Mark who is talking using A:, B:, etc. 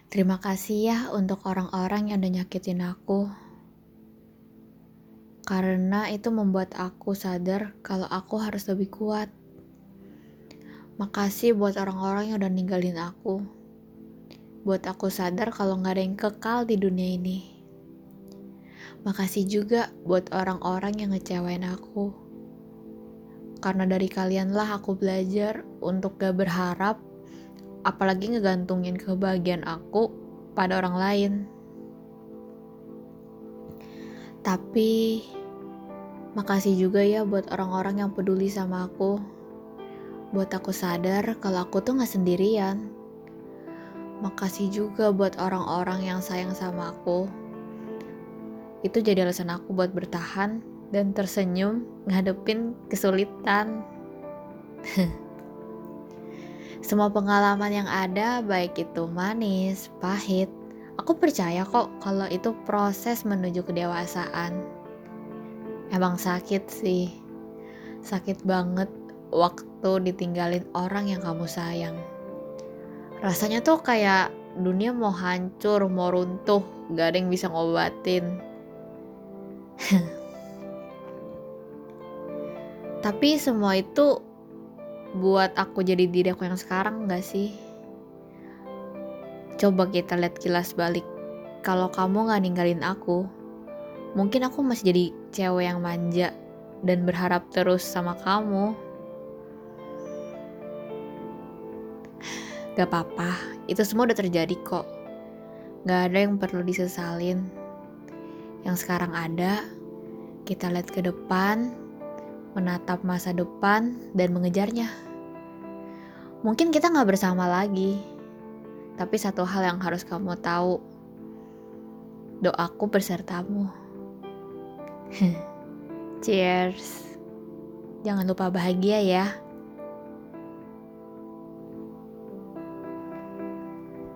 A: Terima kasih ya untuk orang-orang yang udah nyakitin aku. Karena itu membuat aku sadar kalau aku harus lebih kuat. Makasih buat orang-orang yang udah ninggalin aku. Buat aku sadar kalau gak ada yang kekal di dunia ini. Makasih juga buat orang-orang yang ngecewain aku. Karena dari kalianlah aku belajar untuk gak berharap, apalagi ngegantungin kebahagiaan aku pada orang lain. Tapi makasih juga ya buat orang-orang yang peduli sama aku. Buat aku sadar kalau aku tuh gak sendirian. Makasih juga buat orang-orang yang sayang sama aku. Itu jadi alasan aku buat bertahan dan tersenyum ngadepin kesulitan. Semua pengalaman yang ada, baik itu manis, pahit, aku percaya kok kalau itu proses menuju kedewasaan. Emang sakit sih, sakit banget waktu ditinggalin orang yang kamu sayang. Rasanya tuh kayak dunia mau hancur, mau runtuh, gak ada yang bisa ngobatin. Tapi semua itu buat aku jadi diri aku yang sekarang gak sih? Coba kita lihat kilas balik. Kalau kamu gak ninggalin aku, mungkin aku masih jadi cewek yang manja dan berharap terus sama kamu. Gak apa-apa, itu semua udah terjadi kok. Gak ada yang perlu disesalin. Yang sekarang ada, kita lihat ke depan, menatap masa depan, dan mengejarnya. Mungkin kita gak bersama lagi, tapi satu hal yang harus kamu tahu, doaku bersertamu. Cheers. Jangan lupa bahagia ya.